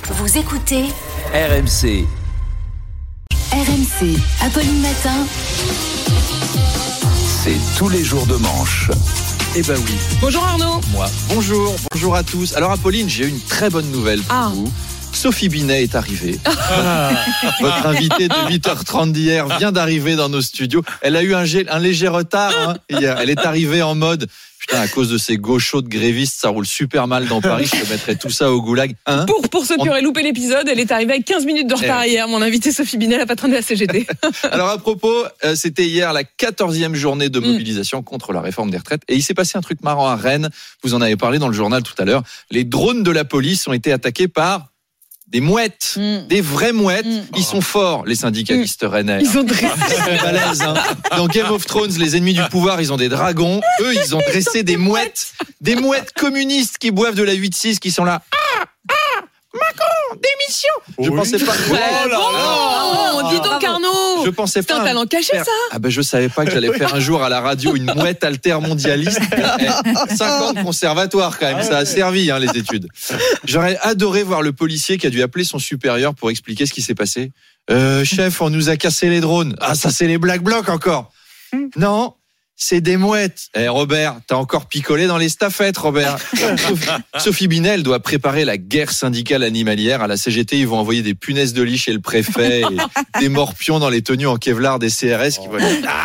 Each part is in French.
Vous écoutez RMC. RMC, Apolline Matin. C'est tous les jours de manche. Eh ben oui. Bonjour Arnaud. Moi. Bonjour à tous. Alors Apolline, j'ai une très bonne nouvelle pour vous. Sophie Binet est arrivée. Votre invitée de 8h30 d'hier vient d'arriver dans nos studios. Elle a eu un léger retard hier. Elle est arrivée en mode... Putain, à cause de ces gauchos de grévistes, ça roule super mal dans Paris. Je te mettrais tout ça au goulag. Pour ceux qui auraient loupé l'épisode, elle est arrivée avec 15 minutes de retard hier. Mon invitée Sophie Binet, la patronne de la CGT. Alors à propos, c'était hier la 14e journée de mobilisation contre la réforme des retraites. Et il s'est passé un truc marrant à Rennes. Vous en avez parlé dans le journal tout à l'heure. Les drones de la police ont été attaqués par... des mouettes, des vraies mouettes. Ils sont forts, les syndicalistes rennais. Ils ont dressé. C'est balèze, hein. Dans Game of Thrones, les ennemis du pouvoir, ils ont des dragons. Eux, ils ont dressé des mouettes communistes qui boivent de la 8-6, qui sont là. Macron, démission. Je pensais pas. Dis donc Arnaud. Je pensais pas. C'est un talent caché ça. Ah ben je savais pas que j'allais faire un jour à la radio une mouette altermondialiste. 50 conservatoires quand même, ça a servi les études. J'aurais adoré voir le policier qui a dû appeler son supérieur pour expliquer ce qui s'est passé. Chef, on nous a cassé les drones. Ah ça c'est les Black Blocs encore. Non. C'est des mouettes. Robert, t'as encore picolé dans les staffettes, Robert. Sophie Binet, elle doit préparer la guerre syndicale animalière. À la CGT, ils vont envoyer des punaises de lit chez le préfet et des morpions dans les tenues en Kevlar des CRS qui vont...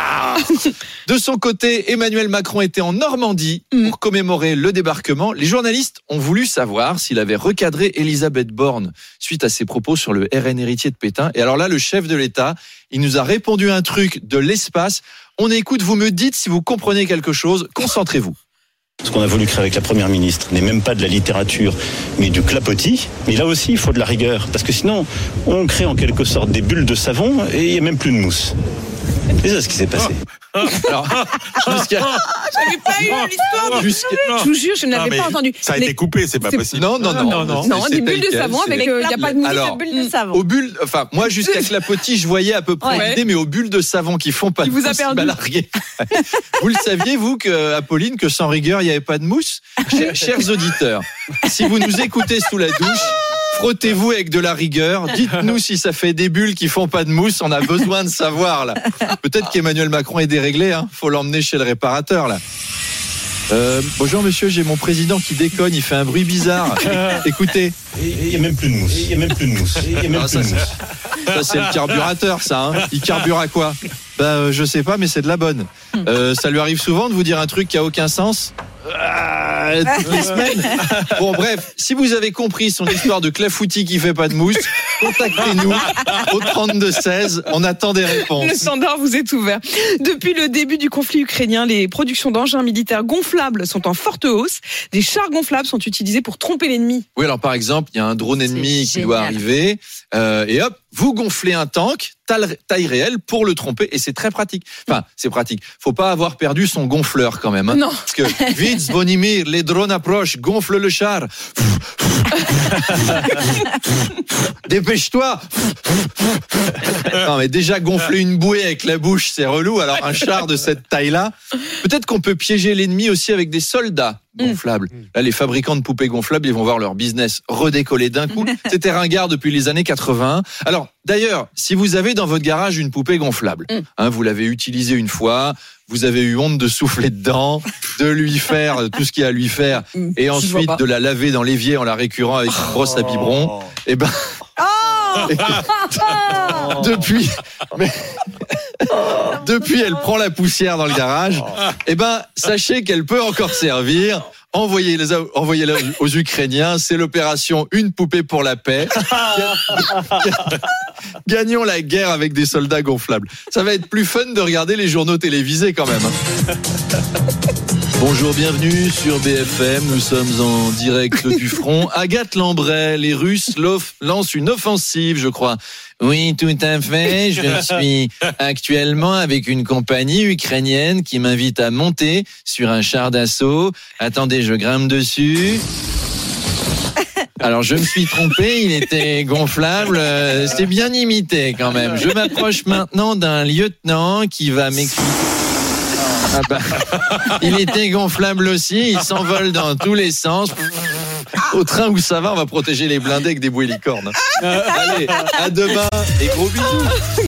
De son côté, Emmanuel Macron était en Normandie pour commémorer le débarquement. Les journalistes ont voulu savoir s'il avait recadré Elisabeth Borne suite à ses propos sur le RN héritier de Pétain. Et alors là, le chef de l'État, il nous a répondu un truc de l'espace. On écoute, vous me dites si vous comprenez quelque chose, concentrez-vous. Ce qu'on a voulu créer avec la Première ministre n'est même pas de la littérature, mais du clapotis. Mais là aussi, il faut de la rigueur, parce que sinon, on crée en quelque sorte des bulles de savon et il n'y a même plus de mousse. C'est ça ce qui s'est passé. Alors, j'avais pas eu l'histoire. Je vous jure, je n'avais pas entendu. Ça a été coupé, c'est pas possible. Non. Des bulles de savon avec il n'y a pas de mousse. Alors, bulles de savon. Aux bulles, enfin, moi jusqu'à clapotis, je voyais à peu près l'idée, mais aux bulles de savon qui font pas de mousse, vous a perdu. Vous le saviez, vous, Apolline, que sans rigueur, il n'y avait pas de mousse? Chers auditeurs, si vous nous écoutez sous la douche, frottez-vous avec de la rigueur. Dites-nous si ça fait des bulles qui font pas de mousse. On a besoin de savoir, là. Peut-être qu'Emmanuel Macron est déréglé, Faut l'emmener chez le réparateur, là. Bonjour monsieur, j'ai mon président qui déconne, il fait un bruit bizarre. Écoutez. Il n'y a même plus de mousse. Ça c'est le carburateur, ça. Il carbure à quoi? Je sais pas, mais c'est de la bonne. Ça lui arrive souvent de vous dire un truc qui a aucun sens? Toutes les semaines. Bon bref, si vous avez compris son histoire de clafoutis qui fait pas de mousse, contactez-nous au 32-16, on attend des réponses. Le standard vous est ouvert. Depuis le début du conflit ukrainien, les productions d'engins militaires gonflables sont en forte hausse. Des chars gonflables sont utilisés pour tromper l'ennemi. Oui, alors par exemple, il y a un drone ennemi qui doit arriver et hop, vous gonflez un tank taille réelle pour le tromper et c'est très pratique. Enfin, c'est pratique. Faut pas avoir perdu son gonfleur quand même. Non. Parce que vite, Zvonimir, les drones approchent, gonfle le char. Dépêche-toi. Non mais déjà gonfler une bouée avec la bouche, c'est relou. Alors un char de cette taille-là, peut-être qu'on peut piéger l'ennemi aussi avec des soldats gonflables. Là, les fabricants de poupées gonflables, ils vont voir leur business redécoller d'un coup. C'était ringard depuis les années 80. Alors, d'ailleurs, si vous avez dans votre garage une poupée gonflable, vous l'avez utilisée une fois, vous avez eu honte de souffler dedans, de lui faire tout ce qu'il y a à lui faire, et ensuite de la laver dans l'évier en la récurant avec une brosse à biberon, et ben... Depuis, elle prend la poussière dans le garage. Et sachez qu'elle peut encore servir. Envoyez-la aux Ukrainiens. C'est l'opération Une poupée pour la paix. Gagnons la guerre avec des soldats gonflables. Ça va être plus fun de regarder les journaux télévisés quand même. Bonjour, bienvenue sur BFM. Nous sommes en direct du front. Agathe Lambray, les Russes lancent une offensive, je crois. Oui, tout à fait. Je suis actuellement avec une compagnie ukrainienne qui m'invite à monter sur un char d'assaut. Attendez, je grimpe dessus. Alors je me suis trompé, il était gonflable, c'est bien imité quand même. Je m'approche maintenant d'un lieutenant qui va m'expliquer. Il était gonflable aussi, il s'envole dans tous les sens. Au train où ça va, on va protéger les blindés avec des bouées licornes. Allez, à demain et gros bisous.